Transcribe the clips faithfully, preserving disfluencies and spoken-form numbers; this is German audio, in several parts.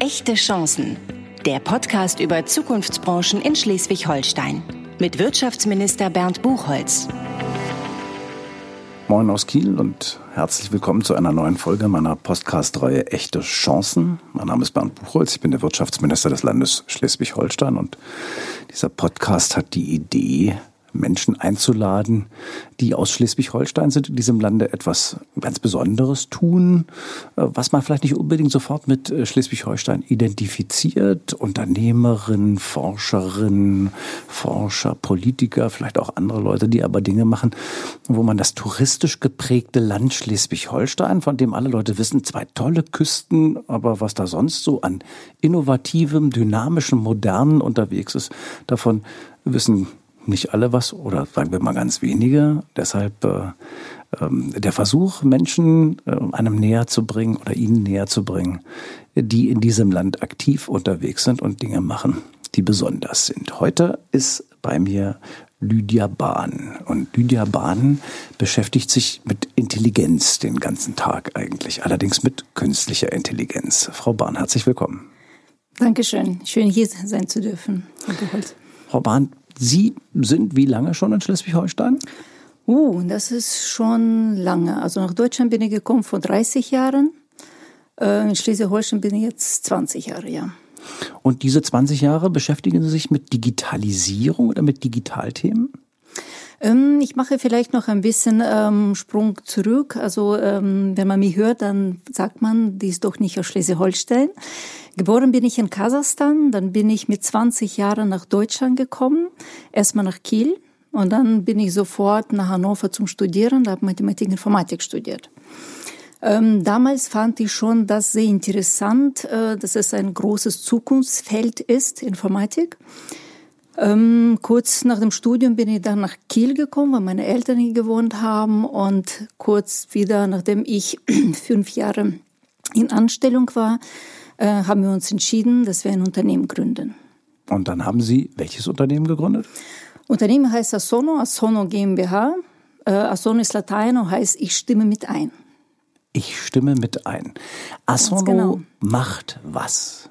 Echte Chancen. Der Podcast über Zukunftsbranchen in Schleswig-Holstein. Mit Wirtschaftsminister Bernd Buchholz. Moin aus Kiel und herzlich willkommen zu einer neuen Folge meiner Podcast-Reihe Echte Chancen. Mein Name ist Bernd Buchholz, ich bin der Wirtschaftsminister des Landes Schleswig-Holstein und dieser Podcast hat die Idee, Menschen einzuladen, die aus Schleswig-Holstein sind, in diesem Lande etwas ganz Besonderes tun, was man vielleicht nicht unbedingt sofort mit Schleswig-Holstein identifiziert. Unternehmerinnen, Forscherinnen, Forscher, Politiker, vielleicht auch andere Leute, die aber Dinge machen, wo man das touristisch geprägte Land Schleswig-Holstein, von dem alle Leute wissen, zwei tolle Küsten, aber was da sonst so an innovativem, dynamischem, modernen unterwegs ist, davon wissen nicht alle was oder sagen wir mal ganz wenige. Deshalb äh, ähm, der Versuch, Menschen äh, einem näher zu bringen oder ihnen näher zu bringen, die in diesem Land aktiv unterwegs sind und Dinge machen, die besonders sind. Heute ist bei mir Lydia Bahn. Und Lydia Bahn beschäftigt sich mit Intelligenz den ganzen Tag eigentlich, allerdings mit künstlicher Intelligenz. Frau Bahn, herzlich willkommen. Dankeschön. Schön, hier sein zu dürfen. Frau Bahn, Sie sind wie lange schon in Schleswig-Holstein? Uh, das ist schon lange. Also nach Deutschland bin ich gekommen vor dreißig Jahren. In Schleswig-Holstein bin ich jetzt zwanzig Jahre, ja. Und diese zwanzig Jahre beschäftigen Sie sich mit Digitalisierung oder mit Digitalthemen? Ähm, ich mache vielleicht noch ein bisschen ähm, Sprung zurück. Also ähm, wenn man mich hört, dann sagt man, die ist doch nicht aus Schleswig-Holstein. Geboren bin ich in Kasachstan, dann bin ich mit zwanzig Jahren nach Deutschland gekommen, erstmal nach Kiel und dann bin ich sofort nach Hannover zum Studieren, da habe Mathematik und Informatik studiert. Ähm, damals fand ich schon das sehr interessant, äh, dass es ein großes Zukunftsfeld ist, Informatik. Ähm, kurz nach dem Studium bin ich dann nach Kiel gekommen, weil meine Eltern hier gewohnt haben und kurz wieder, nachdem ich fünf Jahre in Anstellung war, äh, haben wir uns entschieden, dass wir ein Unternehmen gründen. Und dann haben Sie welches Unternehmen gegründet? Unternehmen heißt Asono, Asono GmbH. Äh, Asono ist Latein und heißt, ich stimme mit ein. Ich stimme mit ein. Asono genau. Macht was?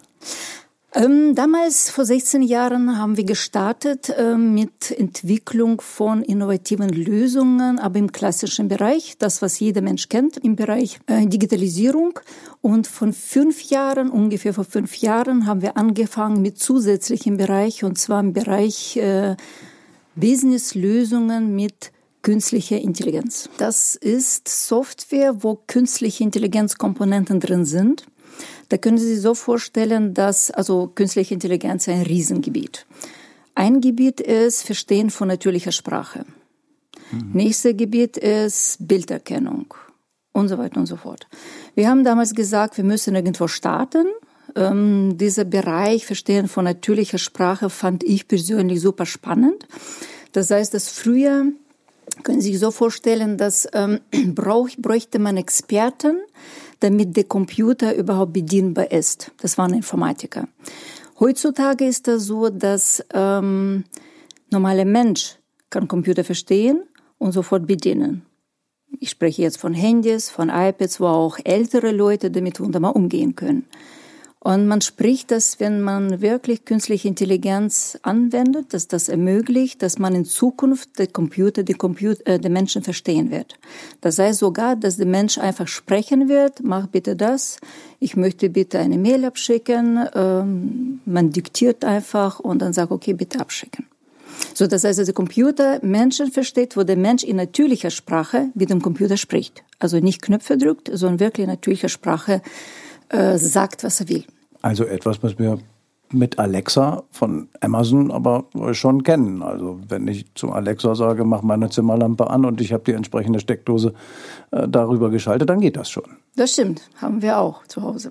Ähm, damals, vor sechzehn Jahren, haben wir gestartet äh, mit Entwicklung von innovativen Lösungen, aber im klassischen Bereich, das, was jeder Mensch kennt, im Bereich äh, Digitalisierung. Und von fünf Jahren, ungefähr vor fünf Jahren, haben wir angefangen mit zusätzlichen Bereich, und zwar im Bereich äh, Business-Lösungen mit künstlicher Intelligenz. Das ist Software, wo künstliche Intelligenzkomponenten drin sind. Da können Sie sich so vorstellen, dass also künstliche Intelligenz ein Riesengebiet. Ein Gebiet ist Verstehen von natürlicher Sprache. Mhm. Nächstes Gebiet ist Bilderkennung und so weiter und so fort. Wir haben damals gesagt, wir müssen irgendwo starten. Ähm, dieser Bereich Verstehen von natürlicher Sprache fand ich persönlich super spannend. Das heißt, dass früher, können Sie sich so vorstellen, dass ähm, brauch, bräuchte man Experten, damit der Computer überhaupt bedienbar ist. Das waren Informatiker. Heutzutage ist das so, dass ähm, normaler Mensch kann Computer verstehen und sofort bedienen. Ich spreche jetzt von Handys, von iPads, wo auch ältere Leute damit wunderbar umgehen können. Und man spricht, dass wenn man wirklich künstliche Intelligenz anwendet, dass das ermöglicht, dass man in Zukunft der Computer, die Computer, äh, den Menschen verstehen wird. Das heißt sogar, dass der Mensch einfach sprechen wird, mach bitte das, ich möchte bitte eine Mail abschicken, ähm, man diktiert einfach und dann sagt, okay, bitte abschicken. So, das heißt, dass der Computer Menschen versteht, wo der Mensch in natürlicher Sprache mit dem Computer spricht. Also nicht Knöpfe drückt, sondern wirklich in natürlicher Sprache äh, sagt, was er will. Also etwas, was wir mit Alexa von Amazon aber schon kennen. Also wenn ich zu Alexa sage, mach meine Zimmerlampe an und ich habe die entsprechende Steckdose äh, darüber geschaltet, dann geht das schon. Das stimmt, haben wir auch zu Hause.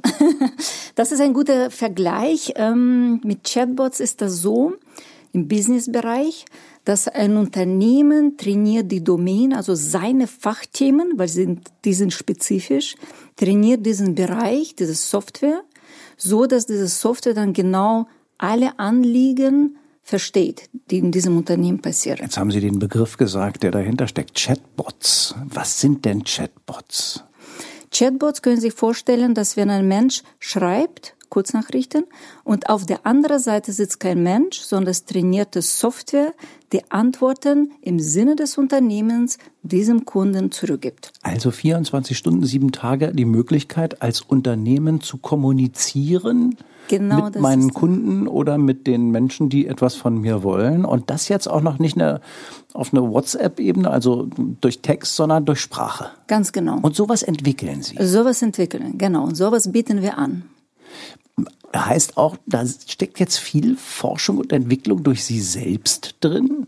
Das ist ein guter Vergleich. Ähm, mit Chatbots ist das so im Businessbereich, dass ein Unternehmen trainiert die Domain, also seine Fachthemen, weil sie, die sind spezifisch, trainiert diesen Bereich, diese Software, so dass diese Software dann genau alle Anliegen versteht, die in diesem Unternehmen passieren. Jetzt haben Sie den Begriff gesagt, der dahinter steckt, Chatbots. Was sind denn Chatbots? Chatbots können Sie sich vorstellen, dass wenn ein Mensch schreibt, Kurznachrichten. Und auf der anderen Seite sitzt kein Mensch, sondern es trainierte Software, die Antworten im Sinne des Unternehmens diesem Kunden zurückgibt. Also vierundzwanzig Stunden, sieben Tage die Möglichkeit, als Unternehmen zu kommunizieren genau, mit meinen Kunden oder mit den Menschen, die etwas von mir wollen. Und das jetzt auch noch nicht eine, auf einer WhatsApp-Ebene, also durch Text, sondern durch Sprache. Ganz genau. Und sowas entwickeln Sie? Sowas entwickeln, genau. Und sowas bieten wir an. Heißt auch, da steckt jetzt viel Forschung und Entwicklung durch Sie selbst drin?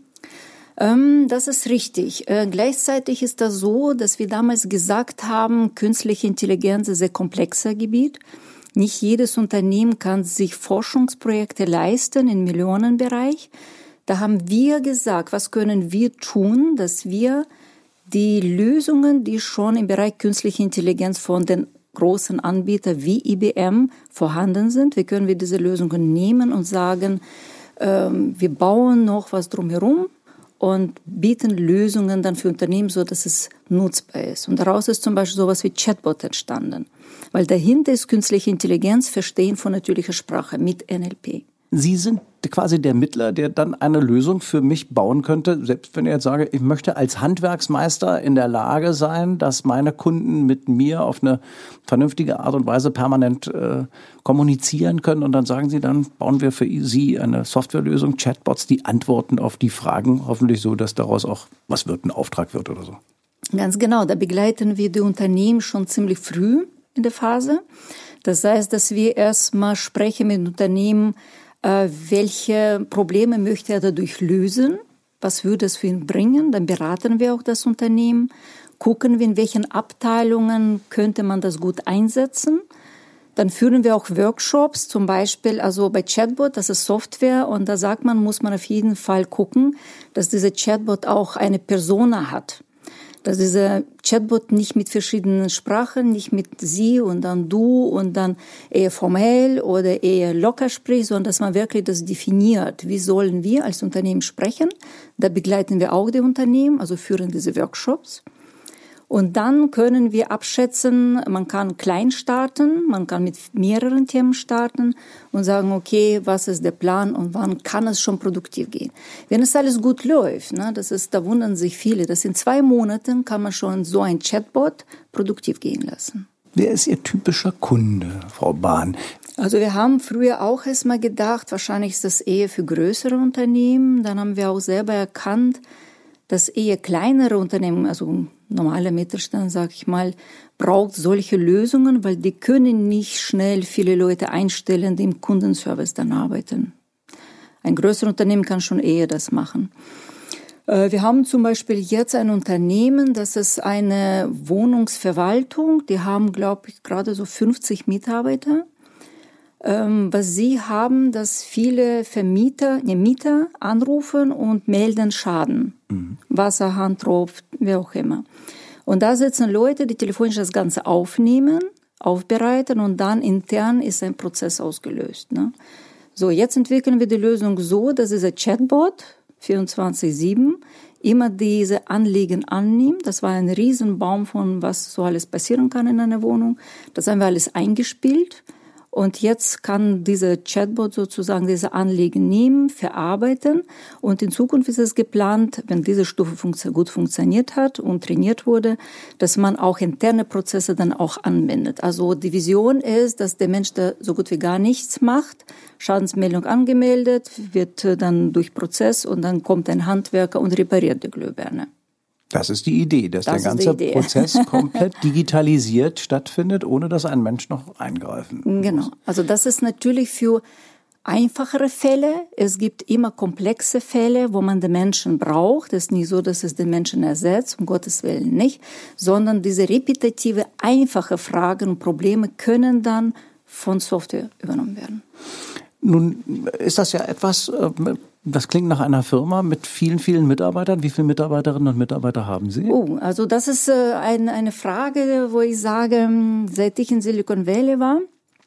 Ähm, das ist richtig. Äh, gleichzeitig ist das so, dass wir damals gesagt haben, künstliche Intelligenz ist ein sehr komplexer Gebiet. Nicht jedes Unternehmen kann sich Forschungsprojekte leisten im Millionenbereich. Da haben wir gesagt, was können wir tun, dass wir die Lösungen, die schon im Bereich künstliche Intelligenz von den großen Anbietern wie I B M vorhanden sind, wie können wir diese Lösungen nehmen und sagen, ähm, wir bauen noch was drumherum und bieten Lösungen dann für Unternehmen, so dass es nutzbar ist. Und daraus ist zum Beispiel sowas wie Chatbot entstanden. Weil dahinter ist künstliche Intelligenz, Verstehen von natürlicher Sprache mit N L P. Sie sind quasi der Mittler, der dann eine Lösung für mich bauen könnte, selbst wenn ich jetzt sage, ich möchte als Handwerksmeister in der Lage sein, dass meine Kunden mit mir auf eine vernünftige Art und Weise permanent äh, kommunizieren können. Und dann sagen Sie, dann bauen wir für Sie eine Softwarelösung, Chatbots, die antworten auf die Fragen, hoffentlich so, dass daraus auch was wird, ein Auftrag wird oder so. Ganz genau, da begleiten wir die Unternehmen schon ziemlich früh in der Phase. Das heißt, dass wir erstmal sprechen mit Unternehmen, äh, welche Probleme möchte er dadurch lösen, was würde es für ihn bringen, dann beraten wir auch das Unternehmen, gucken wir, in welchen Abteilungen könnte man das gut einsetzen. Dann führen wir auch Workshops, zum Beispiel also bei Chatbot, das ist Software, und da sagt man, muss man auf jeden Fall gucken, dass dieser Chatbot auch eine Persona hat. Dass dieser Chatbot nicht mit verschiedenen Sprachen, nicht mit Sie und dann du und dann eher formell oder eher locker spricht, sondern dass man wirklich das definiert. Wie sollen wir als Unternehmen sprechen? Da begleiten wir auch die Unternehmen, also führen diese Workshops. Und dann können wir abschätzen, man kann klein starten, man kann mit mehreren Themen starten und sagen, okay, was ist der Plan und wann kann es schon produktiv gehen. Wenn es alles gut läuft, ne, das ist, da wundern sich viele, dass in zwei Monaten kann man schon so ein Chatbot produktiv gehen lassen. Wer ist Ihr typischer Kunde, Frau Bahn? Also wir haben früher auch erstmal gedacht, wahrscheinlich ist das eher für größere Unternehmen. Dann haben wir auch selber erkannt, dass eher kleinere Unternehmen, also normale Mittelstand, sag ich mal, braucht solche Lösungen, weil die können nicht schnell viele Leute einstellen, die im Kundenservice dann arbeiten. Ein größeres Unternehmen kann schon eher das machen. Wir haben zum Beispiel jetzt ein Unternehmen, das ist eine Wohnungsverwaltung, die haben, glaube ich, gerade so fünfzig Mitarbeiter. Ähm, was sie haben, dass viele Vermieter, ne, Mieter anrufen und melden Schaden. Mhm. Wasserhahn tropft, wie auch immer. Und da sitzen Leute, die telefonisch das Ganze aufnehmen, aufbereiten und dann intern ist ein Prozess ausgelöst. Ne? So, jetzt entwickeln wir die Lösung so, dass dieser Chatbot vierundzwanzig sieben immer diese Anliegen annimmt. Das war ein Riesenbaum von, was so alles passieren kann in einer Wohnung. Das haben wir alles eingespielt. Und jetzt kann dieser Chatbot sozusagen diese Anliegen nehmen, verarbeiten. Und in Zukunft ist es geplant, wenn diese Stufe funktio- gut funktioniert hat und trainiert wurde, dass man auch interne Prozesse dann auch anwendet. Also die Vision ist, dass der Mensch da so gut wie gar nichts macht, Schadensmeldung angemeldet, wird dann durch Prozess und dann kommt ein Handwerker und repariert die Glühbirne. Das ist die Idee, dass das der ganze Prozess komplett digitalisiert stattfindet, ohne dass ein Mensch noch eingreifen muss. Genau. Also das ist natürlich für einfachere Fälle. Es gibt immer komplexe Fälle, wo man den Menschen braucht. Es ist nicht so, dass es den Menschen ersetzt, um Gottes Willen nicht, sondern diese repetitive, einfache Fragen und Probleme können dann von Software übernommen werden. Nun ist das ja etwas, das klingt nach einer Firma mit vielen, vielen Mitarbeitern. Wie viele Mitarbeiterinnen und Mitarbeiter haben Sie? Oh, also das ist ein, eine Frage, wo ich sage, seit ich in Silicon Valley war,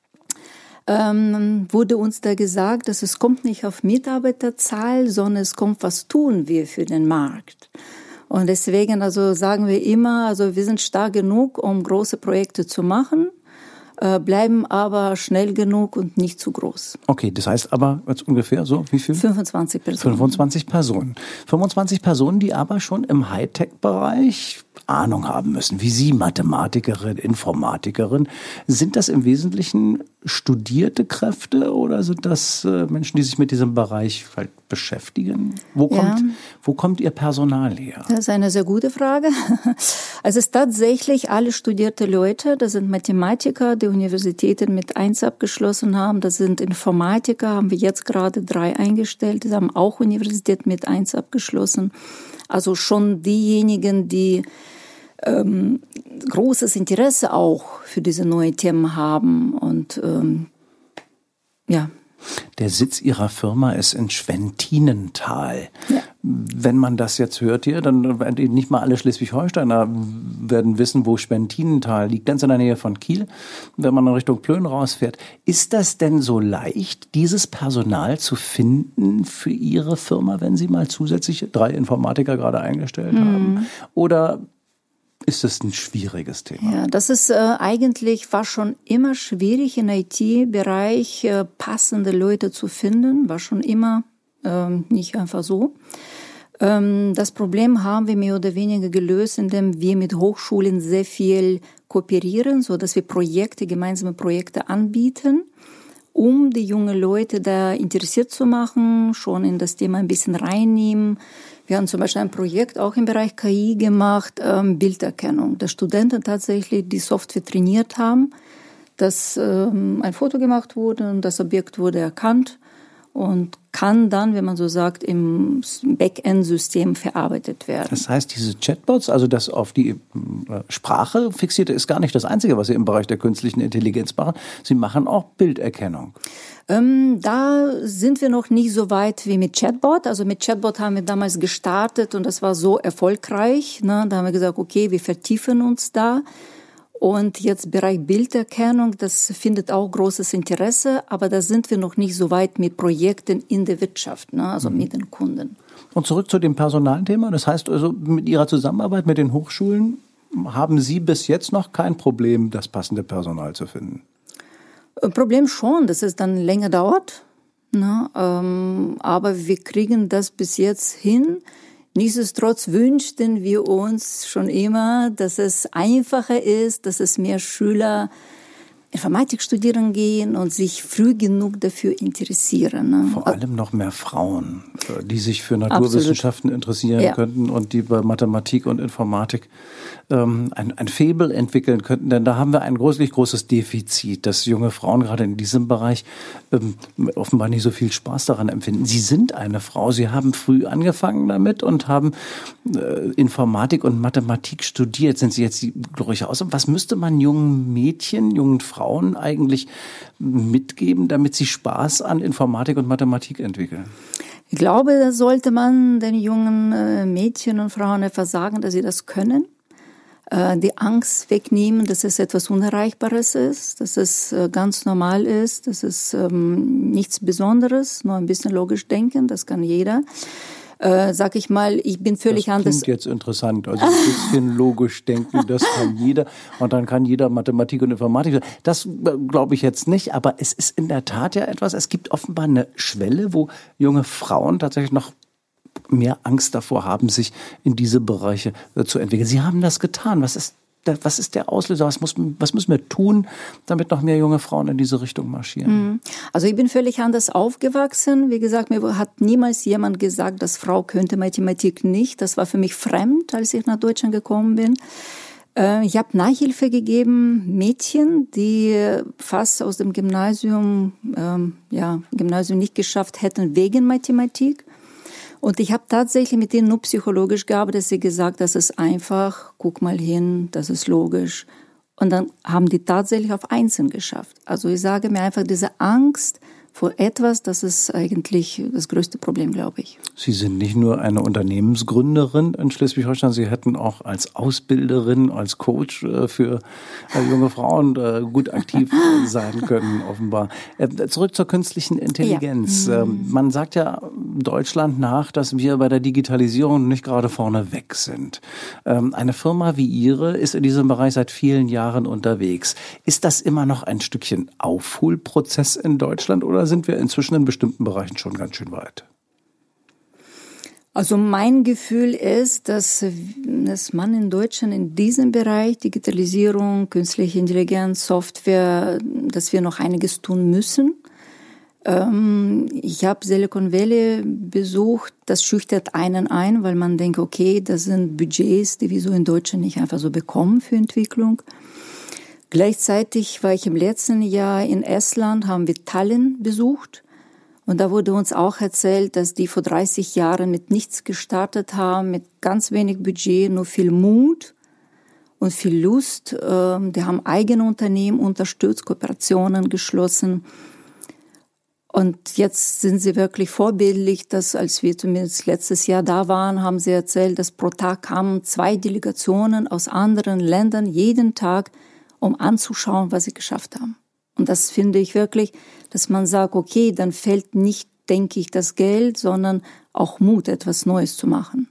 ähm, wurde uns da gesagt, dass es kommt nicht auf Mitarbeiterzahl, sondern es kommt, was tun wir für den Markt. Und deswegen also sagen wir immer, also wir sind stark genug, um große Projekte zu machen. bleiben aber schnell genug und nicht zu groß. Okay, das heißt aber jetzt ungefähr so, wie viel? fünfundzwanzig Personen. fünfundzwanzig Personen. fünfundzwanzig Personen, die aber schon im Hightech-Bereich Ahnung haben müssen, wie Sie, Mathematikerin, Informatikerin. Sind das im Wesentlichen studierte Kräfte oder sind das äh, Menschen, die sich mit diesem Bereich halt beschäftigen? Wo kommt, ja. wo kommt Ihr Personal her? Das ist eine sehr gute Frage. Also es ist tatsächlich alle studierte Leute. Das sind Mathematiker, die Universitäten mit eins abgeschlossen haben. Das sind Informatiker, haben wir jetzt gerade drei eingestellt. Die haben auch Universität mit eins abgeschlossen. Also schon diejenigen, die ähm, großes Interesse auch für diese neuen Themen haben und ähm, ja. Der Sitz Ihrer Firma ist in Schwentinental. Ja. Wenn man das jetzt hört hier, dann werden nicht mal alle Schleswig-Holsteiner werden wissen, wo Schwentinental liegt, ganz in der Nähe von Kiel, wenn man in Richtung Plön rausfährt. Ist das denn so leicht, dieses Personal zu finden für Ihre Firma, wenn Sie mal zusätzlich drei Informatiker gerade eingestellt mhm. haben? Oder ist das ein schwieriges Thema? Ja, das ist äh, eigentlich, war schon immer schwierig im I T-Bereich, äh, passende Leute zu finden, war schon immer ähm, nicht einfach so. Ähm, das Problem haben wir mehr oder weniger gelöst, indem wir mit Hochschulen sehr viel kooperieren, so dass wir Projekte, gemeinsame Projekte anbieten, um die jungen Leute da interessiert zu machen, schon in das Thema ein bisschen reinnehmen. Wir haben zum Beispiel ein Projekt auch im Bereich K I gemacht, ähm, Bilderkennung, dass Studenten tatsächlich die Software trainiert haben, dass ähm, ein Foto gemacht wurde und das Objekt wurde erkannt und kann dann, wenn man so sagt, im Backend-System verarbeitet werden. Das heißt, diese Chatbots, also das auf die Sprache fixierte, ist gar nicht das Einzige, was Sie im Bereich der künstlichen Intelligenz machen. Sie machen auch Bilderkennung. Ähm, da sind wir noch nicht so weit wie mit Chatbot. Also mit Chatbot haben wir damals gestartet und das war so erfolgreich. Ne? Da haben wir gesagt, okay, wir vertiefen uns da. Und jetzt Bereich Bilderkennung, das findet auch großes Interesse, aber da sind wir noch nicht so weit mit Projekten in der Wirtschaft, ne? Also mhm. mit den Kunden. Und zurück zu dem Personalthema. Das heißt also, mit Ihrer Zusammenarbeit mit den Hochschulen haben Sie bis jetzt noch kein Problem, das passende Personal zu finden? Problem schon, dass es dann länger dauert, ne? ähm, aber wir kriegen das bis jetzt hin. Nichtsdestotrotz wünschten wir uns schon immer, dass es einfacher ist, dass es mehr Schüler Informatik studieren gehen und sich früh genug dafür interessieren. Ne? Vor allem noch mehr Frauen, die sich für Naturwissenschaften Absolut. interessieren ja. könnten und die bei Mathematik und Informatik ähm, ein, ein Faible entwickeln könnten. Denn da haben wir ein großlich großes Defizit, dass junge Frauen gerade in diesem Bereich ähm, offenbar nicht so viel Spaß daran empfinden. Sie sind eine Frau, Sie haben früh angefangen damit und haben äh, Informatik und Mathematik studiert. Sind Sie jetzt die glorreiche Ausnahme? Was müsste man jungen Mädchen, jungen Frauen Frauen eigentlich mitgeben, damit sie Spaß an Informatik und Mathematik entwickeln? Ich glaube, da sollte man den jungen Mädchen und Frauen einfach sagen, dass sie das können. Die Angst wegnehmen, dass es etwas Unerreichbares ist, dass es ganz normal ist, dass es nichts Besonderes, nur ein bisschen logisch denken, das kann jeder. Äh, sag ich mal, ich bin völlig das anders. Das klingt jetzt interessant. Also ein bisschen logisch denken, das kann jeder. Und dann kann jeder Mathematik und Informatik. Das äh, glaube ich jetzt nicht. Aber es ist in der Tat ja etwas, es gibt offenbar eine Schwelle, wo junge Frauen tatsächlich noch mehr Angst davor haben, sich in diese Bereiche äh, zu entwickeln. Sie haben das getan. Was ist Was ist der Auslöser? Was, muss, was müssen wir tun, damit noch mehr junge Frauen in diese Richtung marschieren? Also ich bin völlig anders aufgewachsen. Wie gesagt, mir hat niemals jemand gesagt, dass Frau könnte Mathematik nicht. Das war für mich fremd, als ich nach Deutschland gekommen bin. Ich habe Nachhilfe gegeben, Mädchen, die fast aus dem Gymnasium, ähm, ja, Gymnasium nicht geschafft hätten wegen Mathematik. Und ich habe tatsächlich mit denen nur psychologisch gearbeitet, dass sie gesagt, das ist einfach, guck mal hin, das ist logisch. Und dann haben die tatsächlich auf Einsen geschafft. Also ich sage mir einfach, diese Angst vor etwas, das ist eigentlich das größte Problem, glaube ich. Sie sind nicht nur eine Unternehmensgründerin in Schleswig-Holstein, Sie hätten auch als Ausbilderin, als Coach für junge Frauen gut aktiv sein können, offenbar. Zurück zur künstlichen Intelligenz. Ja. Man sagt ja Deutschland nach, dass wir bei der Digitalisierung nicht gerade vorne weg sind. Eine Firma wie Ihre ist in diesem Bereich seit vielen Jahren unterwegs. Ist das immer noch ein Stückchen Aufholprozess in Deutschland oder sind wir inzwischen in bestimmten Bereichen schon ganz schön weit? Also mein Gefühl ist, dass, dass man in Deutschland in diesem Bereich Digitalisierung, künstliche Intelligenz, Software, dass wir noch einiges tun müssen. Ähm, ich habe Silicon Valley besucht, das schüchtert einen ein, weil man denkt, okay, das sind Budgets, die wir so in Deutschland nicht einfach so bekommen für Entwicklung. Gleichzeitig war ich im letzten Jahr in Estland, haben wir Tallinn besucht. Und da wurde uns auch erzählt, dass die vor dreißig Jahren mit nichts gestartet haben, mit ganz wenig Budget, nur viel Mut und viel Lust. Die haben eigene Unternehmen unterstützt, Kooperationen geschlossen. Und jetzt sind sie wirklich vorbildlich, dass als wir zumindest letztes Jahr da waren, haben sie erzählt, dass pro Tag kamen zwei Delegationen aus anderen Ländern jeden Tag, um anzuschauen, was sie geschafft haben. Und das finde ich wirklich, dass man sagt, okay, dann fällt nicht, denke ich, das Geld, sondern auch Mut, etwas Neues zu machen.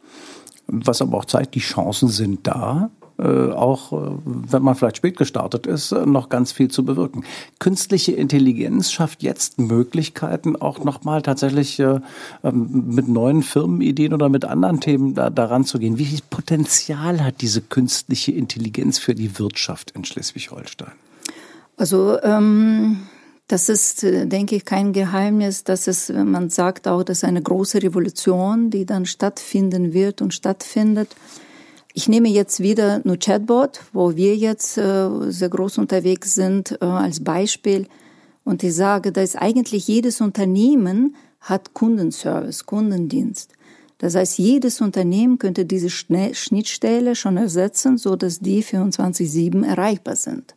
Was aber auch zeigt, die Chancen sind da, äh, auch äh, wenn man vielleicht spät gestartet ist, äh, noch ganz viel zu bewirken. Künstliche Intelligenz schafft jetzt Möglichkeiten, auch nochmal tatsächlich äh, mit neuen Firmenideen oder mit anderen Themen da, daran zu gehen. Wie viel Potenzial hat diese künstliche Intelligenz für die Wirtschaft in Schleswig-Holstein? Also ähm, das ist, denke ich, kein Geheimnis, dass es, man sagt auch, das ist eine große Revolution, die dann stattfinden wird und stattfindet. Ich nehme jetzt wieder nur Chatbot, wo wir jetzt äh, sehr groß unterwegs sind, äh, als Beispiel. Und ich sage, da ist eigentlich jedes Unternehmen hat Kundenservice, Kundendienst. Das heißt, jedes Unternehmen könnte diese Schnittstelle schon ersetzen, so dass die vierundzwanzig sieben erreichbar sind.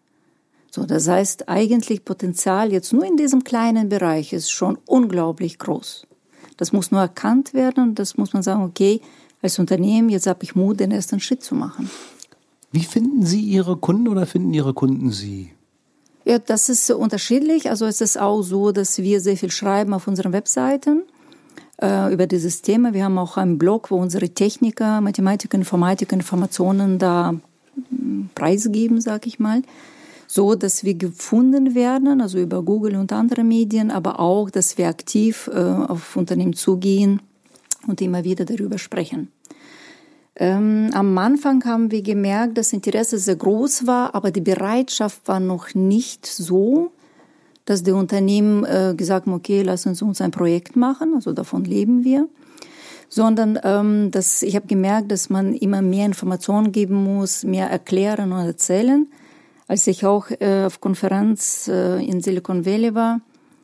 So, das heißt, eigentlich Potenzial jetzt nur in diesem kleinen Bereich ist schon unglaublich groß. Das muss nur erkannt werden und das muss man sagen, okay, als Unternehmen, jetzt habe ich Mut, den ersten Schritt zu machen. Wie finden Sie Ihre Kunden oder finden Ihre Kunden Sie? Ja, das ist unterschiedlich. Also es ist auch so, dass wir sehr viel schreiben auf unseren Webseiten äh, über dieses Thema. Wir haben auch einen Blog, wo unsere Techniker, Mathematiker, Informatiker Informationen da preisgeben, sag ich mal. So, dass wir gefunden werden, also über Google und andere Medien, aber auch, dass wir aktiv äh, auf Unternehmen zugehen und immer wieder darüber sprechen. Ähm, am Anfang haben wir gemerkt, dass das Interesse sehr groß war, aber die Bereitschaft war noch nicht so, dass die Unternehmen äh, gesagt haben, okay, lassen Sie uns ein Projekt machen, also davon leben wir. Sondern ähm, dass ich habe gemerkt, dass man immer mehr Informationen geben muss, mehr erklären und erzählen. Als ich auch äh, auf Konferenz äh, in Silicon Valley war,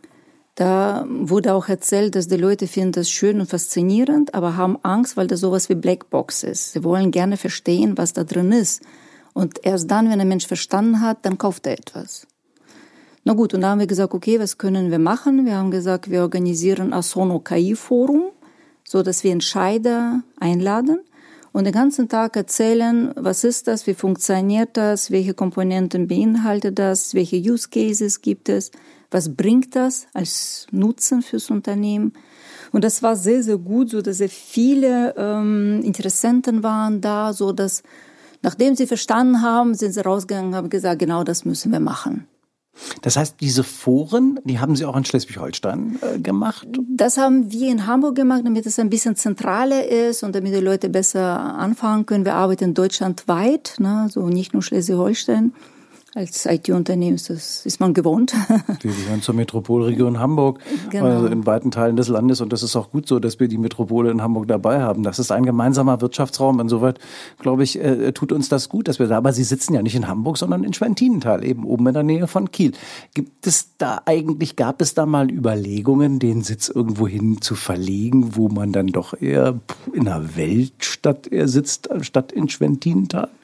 da wurde auch erzählt, dass die Leute finden das schön und faszinierend, aber haben Angst, weil das sowas wie Blackbox ist. Sie wollen gerne verstehen, was da drin ist. Und erst dann, wenn ein Mensch verstanden hat, dann kauft er etwas. Na gut, und da haben wir gesagt, okay, was können wir machen? Wir haben gesagt, wir organisieren Asono K I-Forum, so dass wir Entscheider einladen und den ganzen Tag erzählen, was ist das, wie funktioniert das, welche Komponenten beinhaltet das, welche Use Cases gibt es, was bringt das als Nutzen fürs Unternehmen. Und das war sehr, sehr gut, so dass sehr viele ähm, Interessenten waren da, so dass nachdem sie verstanden haben, sind sie rausgegangen und haben gesagt, genau das müssen wir machen. Das heißt, diese Foren, die haben Sie auch in Schleswig-Holstein äh, gemacht? Das haben wir in Hamburg gemacht, damit es ein bisschen zentraler ist und damit die Leute besser anfangen können. Wir arbeiten deutschlandweit, ne, so nicht nur Schleswig-Holstein. Als I T-Unternehmen ist, das, ist man gewohnt. Wir gehören zur Metropolregion Hamburg, genau. Also in weiten Teilen des Landes. Und das ist auch gut so, dass wir die Metropole in Hamburg dabei haben. Das ist ein gemeinsamer Wirtschaftsraum. Insoweit, glaube ich, äh, tut uns das gut, dass wir da, aber Sie sitzen ja nicht in Hamburg, sondern in Schwentinenthal, eben oben in der Nähe von Kiel. Gibt es da eigentlich, gab es da mal Überlegungen, den Sitz irgendwo hin zu verlegen, wo man dann doch eher in einer Weltstadt eher sitzt, statt in Schwentinenthal?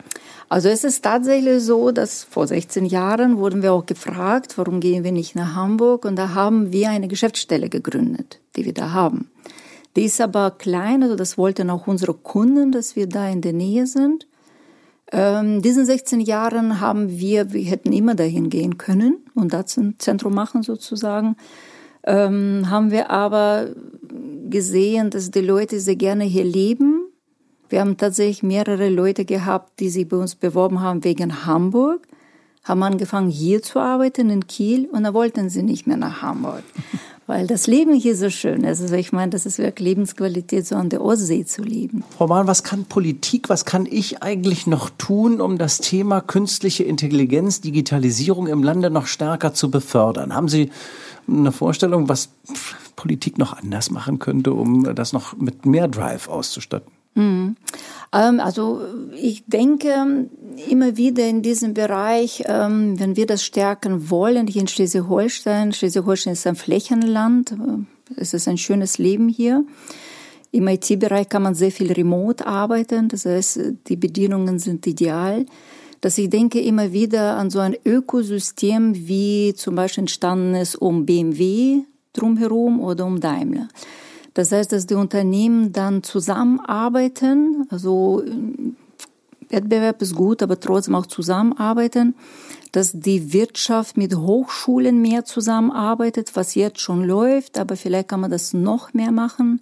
Also es ist tatsächlich so, dass vor sechzehn Jahren wurden wir auch gefragt, warum gehen wir nicht nach Hamburg? Und da haben wir eine Geschäftsstelle gegründet, die wir da haben. Die ist aber klein, also das wollten auch unsere Kunden, dass wir da in der Nähe sind. Ähm, diesen sechzehn Jahren haben wir, wir hätten immer dahin gehen können und das ein Zentrum machen sozusagen, ähm, haben wir aber gesehen, dass die Leute sehr gerne hier leben. Wir haben tatsächlich mehrere Leute gehabt, die sich bei uns beworben haben wegen Hamburg, haben angefangen hier zu arbeiten in Kiel und da wollten sie nicht mehr nach Hamburg. Weil das Leben hier so schön ist. Also ich meine, das ist wirklich Lebensqualität, so an der Ostsee zu leben. Frau Bahn, was kann Politik, was kann ich eigentlich noch tun, um das Thema künstliche Intelligenz, Digitalisierung im Lande noch stärker zu befördern? Haben Sie eine Vorstellung, was Politik noch anders machen könnte, um das noch mit mehr Drive auszustatten? Mhm. Ähm, also ich denke immer wieder in diesem Bereich, ähm, wenn wir das stärken wollen, hier in Schleswig-Holstein, Schleswig-Holstein ist ein Flächenland, es ist ein schönes Leben hier. Im I T-Bereich kann man sehr viel remote arbeiten, das heißt, die Bedienungen sind ideal. Dass ich denke immer wieder an so ein Ökosystem, wie zum Beispiel entstanden ist um B M W drumherum oder um Daimler. Das heißt, dass die Unternehmen dann zusammenarbeiten, also Wettbewerb ist gut, aber trotzdem auch zusammenarbeiten, dass die Wirtschaft mit Hochschulen mehr zusammenarbeitet, was jetzt schon läuft, aber vielleicht kann man das noch mehr machen,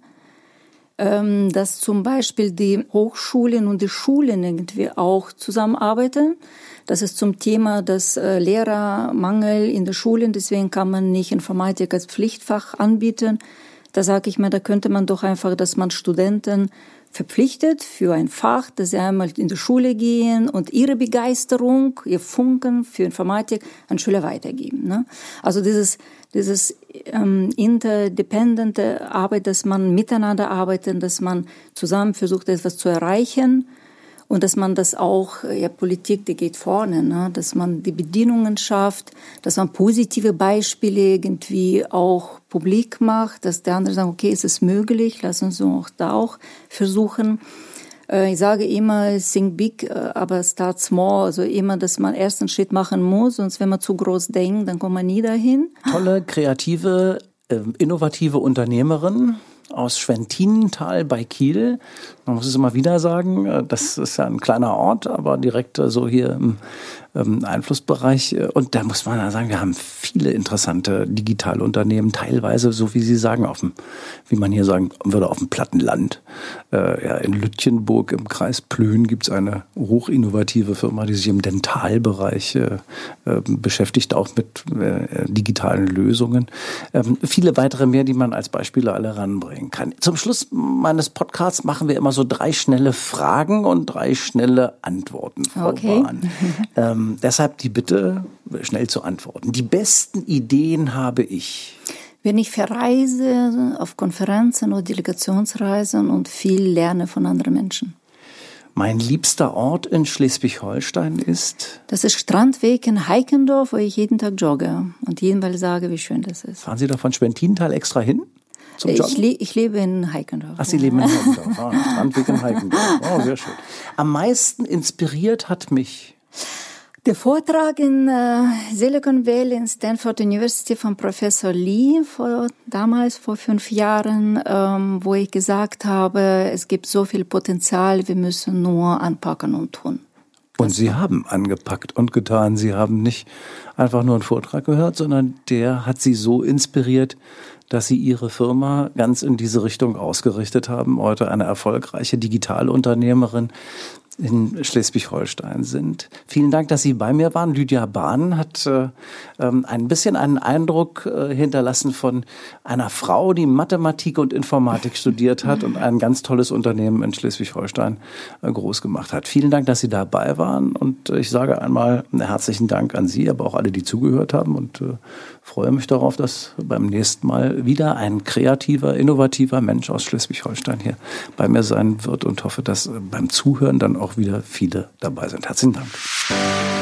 dass zum Beispiel die Hochschulen und die Schulen irgendwie auch zusammenarbeiten. Das ist zum Thema des Lehrermangel in den Schulen, deswegen kann man nicht Informatik als Pflichtfach anbieten. Da sage ich mir, da könnte man doch einfach, dass man Studenten verpflichtet für ein Fach, dass sie einmal in die Schule gehen und ihre Begeisterung, ihr Funken für Informatik an Schüler weitergeben. Ne? Also dieses, dieses ähm, interdependente Arbeit, dass man miteinander arbeitet, dass man zusammen versucht, etwas zu erreichen. Und dass man das auch, ja, Politik, die geht vorne, ne? Dass man die Bedingungen schafft, dass man positive Beispiele irgendwie auch publik macht, dass der andere sagt, okay, es ist möglich, lass uns auch da auch versuchen. Äh, ich sage immer, think big, aber start small, also immer, dass man erst einen Schritt machen muss, sonst wenn man zu groß denkt, dann kommt man nie dahin. Tolle, kreative, äh, innovative Unternehmerin aus Schwentinental bei Kiel. Man muss es immer wieder sagen, das ist ja ein kleiner Ort, aber direkt so hier im Einflussbereich. Und da muss man ja sagen, wir haben viele interessante digitale Unternehmen, teilweise, so wie Sie sagen, auf dem, wie man hier sagen würde, auf dem Plattenland. Äh, ja, in Lütjenburg im Kreis Plön gibt es eine hochinnovative Firma, die sich im Dentalbereich äh, äh, beschäftigt, auch mit äh, digitalen Lösungen. Ähm, viele weitere mehr, die man als Beispiele alle ranbringen kann. Zum Schluss meines Podcasts machen wir immer so drei schnelle Fragen und drei schnelle Antworten, Frau Okay. Bahn. ähm, deshalb die Bitte, schnell zu antworten. Die besten Ideen habe ich. Wenn ich verreise, auf Konferenzen oder Delegationsreisen und viel lerne von anderen Menschen. Mein liebster Ort in Schleswig-Holstein ist? Das ist Strandweg in Heikendorf, wo ich jeden Tag jogge und jedem Mal sage, wie schön das ist. Fahren Sie da von Schwentinental extra hin? Zum Ich, Joggen? le- ich lebe in Heikendorf. Ach, Sie leben in Heikendorf. Ah, Strandweg in Heikendorf. Oh, sehr schön. Am meisten inspiriert hat mich? Der Vortrag in äh, Silicon Valley in Stanford University von Professor Lee, vor, damals vor fünf Jahren, ähm, wo ich gesagt habe, es gibt so viel Potenzial, wir müssen nur anpacken und tun. Und Sie haben angepackt und getan. Sie haben nicht einfach nur einen Vortrag gehört, sondern der hat Sie so inspiriert, dass Sie Ihre Firma ganz in diese Richtung ausgerichtet haben. Heute eine erfolgreiche Digitalunternehmerin in Schleswig-Holstein sind. Vielen Dank, dass Sie bei mir waren. Lydia Bahn hat äh, ein bisschen einen Eindruck äh, hinterlassen von einer Frau, die Mathematik und Informatik studiert hat und ein ganz tolles Unternehmen in Schleswig-Holstein äh, groß gemacht hat. Vielen Dank, dass Sie dabei waren und äh, ich sage einmal herzlichen Dank an Sie, aber auch alle, die zugehört haben und äh, freue mich darauf, dass beim nächsten Mal wieder ein kreativer, innovativer Mensch aus Schleswig-Holstein hier bei mir sein wird und hoffe, dass äh, beim Zuhören dann auch wieder viele dabei sind. Herzlichen Dank.